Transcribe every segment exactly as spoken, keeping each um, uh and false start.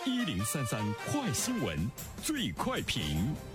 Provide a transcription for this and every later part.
一零三三快新闻最快评。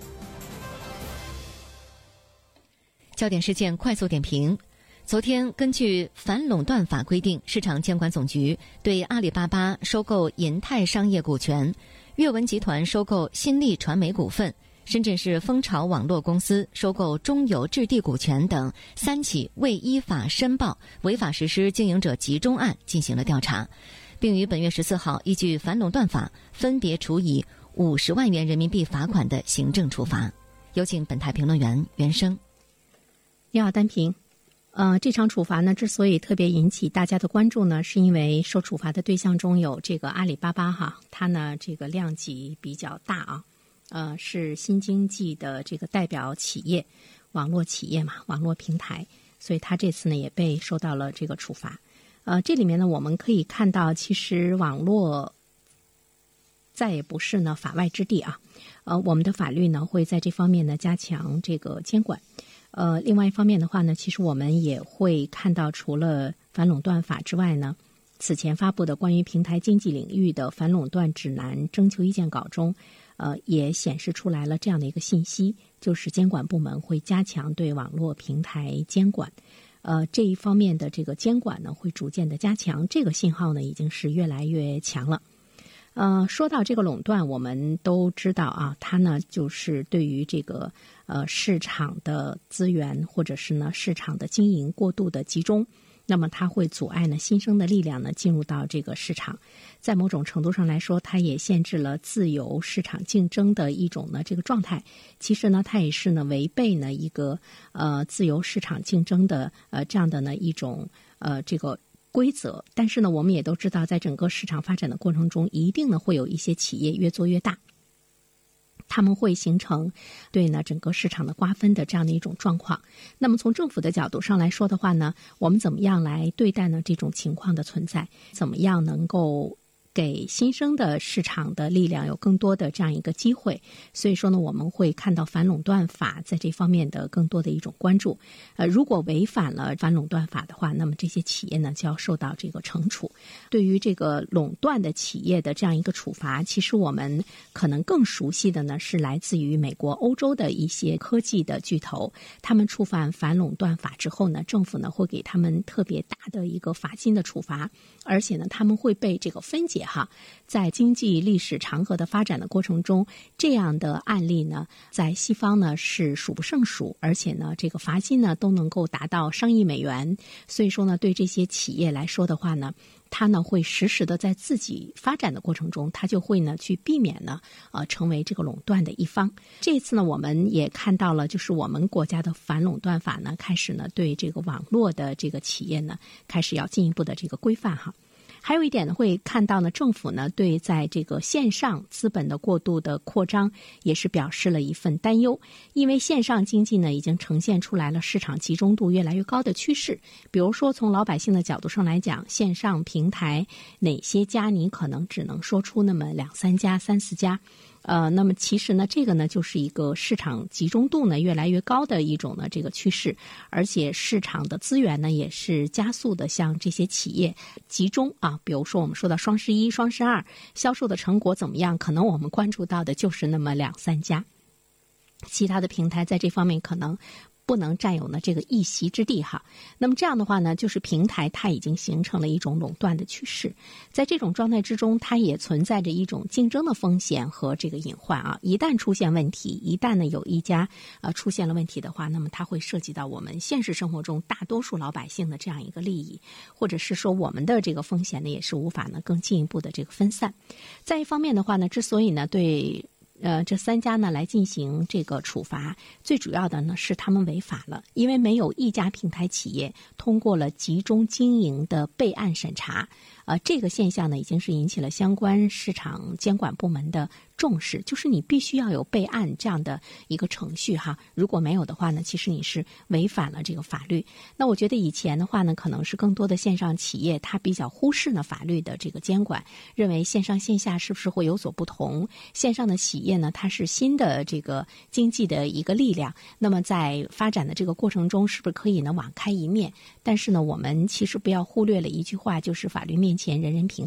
焦点事件快速点评。昨天，根据反垄断法规定，市场监管总局对阿里巴巴收购银泰商业股权、阅文集团收购新力传媒股份、深圳市蜂巢网络公司收购中油置地股权等三起未依法申报、违法实施经营者集中案进行了调查，并于本月十四号依据反垄断法分别处以五十万元人民币罚款的行政处罚。有请本台评论员袁生。 你好，单平。呃，这场处罚呢，之所以特别引起大家的关注呢，是因为受处罚的对象中有这个阿里巴巴哈，它呢这个量级比较大啊，呃，是新经济的这个代表企业，网络企业嘛，网络平台，所以它这次呢也被受到了这个处罚。呃，这里面呢我们可以看到，其实网络再也不是呢法外之地啊，呃，我们的法律呢会在这方面呢加强这个监管。呃，另外一方面的话呢，其实我们也会看到，除了反垄断法之外呢，此前发布的关于平台经济领域的反垄断指南征求意见稿中，呃，也显示出来了这样的一个信息，就是监管部门会加强对网络平台监管。呃，这一方面的这个监管呢，会逐渐的加强，这个信号呢，已经是越来越强了。呃，说到这个垄断，我们都知道啊，它呢就是对于这个呃市场的资源或者是呢市场的经营过度的集中，那么它会阻碍呢新生的力量呢进入到这个市场，在某种程度上来说，它也限制了自由市场竞争的一种呢这个状态。其实呢，它也是呢违背呢一个呃自由市场竞争的呃这样的呢一种呃这个规则。但是呢，我们也都知道，在整个市场发展的过程中，一定呢会有一些企业越做越大，他们会形成对呢整个市场的瓜分的这样的一种状况。那么从政府的角度上来说的话呢，我们怎么样来对待呢这种情况的存在？怎么样能够给新生的市场的力量有更多的这样一个机会？所以说呢，我们会看到反垄断法在这方面的更多的一种关注。呃，如果违反了反垄断法的话，那么这些企业呢就要受到这个惩处。对于这个垄断的企业的这样一个处罚，其实我们可能更熟悉的呢是来自于美国、欧洲的一些科技的巨头，他们触犯反垄断法之后呢，政府呢会给他们特别大的一个罚金的处罚，而且呢他们会被这个分解。哈，在经济历史长河的发展的过程中，这样的案例呢，在西方呢是数不胜数，而且呢，这个罚金呢都能够达到上亿美元。所以说呢，对这些企业来说的话呢，它呢会实时的在自己发展的过程中，它就会呢去避免呢呃成为这个垄断的一方。这次呢，我们也看到了，就是我们国家的反垄断法呢，开始呢对这个网络的这个企业呢，开始要进一步的这个规范哈。还有一点呢，会看到呢，政府呢对在这个线上资本的过度的扩张也是表示了一份担忧，因为线上经济呢已经呈现出来了市场集中度越来越高的趋势。比如说从老百姓的角度上来讲，线上平台哪些家你可能只能说出那么两三家、三四家。呃，那么其实呢，这个呢就是一个市场集中度呢越来越高的一种呢这个趋势，而且市场的资源呢也是加速的向这些企业集中啊。比如说我们说到双十一、双十二销售的成果怎么样，可能我们关注到的就是那么两三家，其他的平台在这方面可能不能占有呢这个一席之地哈。那么这样的话呢，就是平台它已经形成了一种垄断的趋势，在这种状态之中，它也存在着一种竞争的风险和这个隐患啊。一旦出现问题，一旦呢有一家呃出现了问题的话，那么它会涉及到我们现实生活中大多数老百姓的这样一个利益，或者是说我们的这个风险呢也是无法呢更进一步的这个分散。再一方面的话呢，之所以呢对呃，这三家呢来进行这个处罚，最主要的呢是他们违法了，因为没有一家平台企业通过了集中经营的备案审查。呃，这个现象呢已经是引起了相关市场监管部门的重视，就是你必须要有备案这样的一个程序哈，如果没有的话呢，其实你是违反了这个法律。那我觉得以前的话呢，可能是更多的线上企业它比较忽视呢法律的这个监管，认为线上线下是不是会有所不同，线上的企业呢它是新的这个经济的一个力量，那么在发展的这个过程中是不是可以呢网开一面。但是呢，我们其实不要忽略了一句话，就是法律面前人人平等。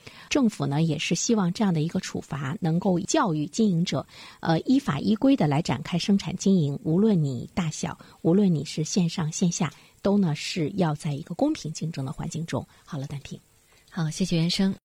政府呢也是希望这样的一个处罚能够教育经营者，呃，依法依规的来展开生产经营，无论你大小，无论你是线上线下，都呢是要在一个公平竞争的环境中。好了，单平。 好，谢谢袁生。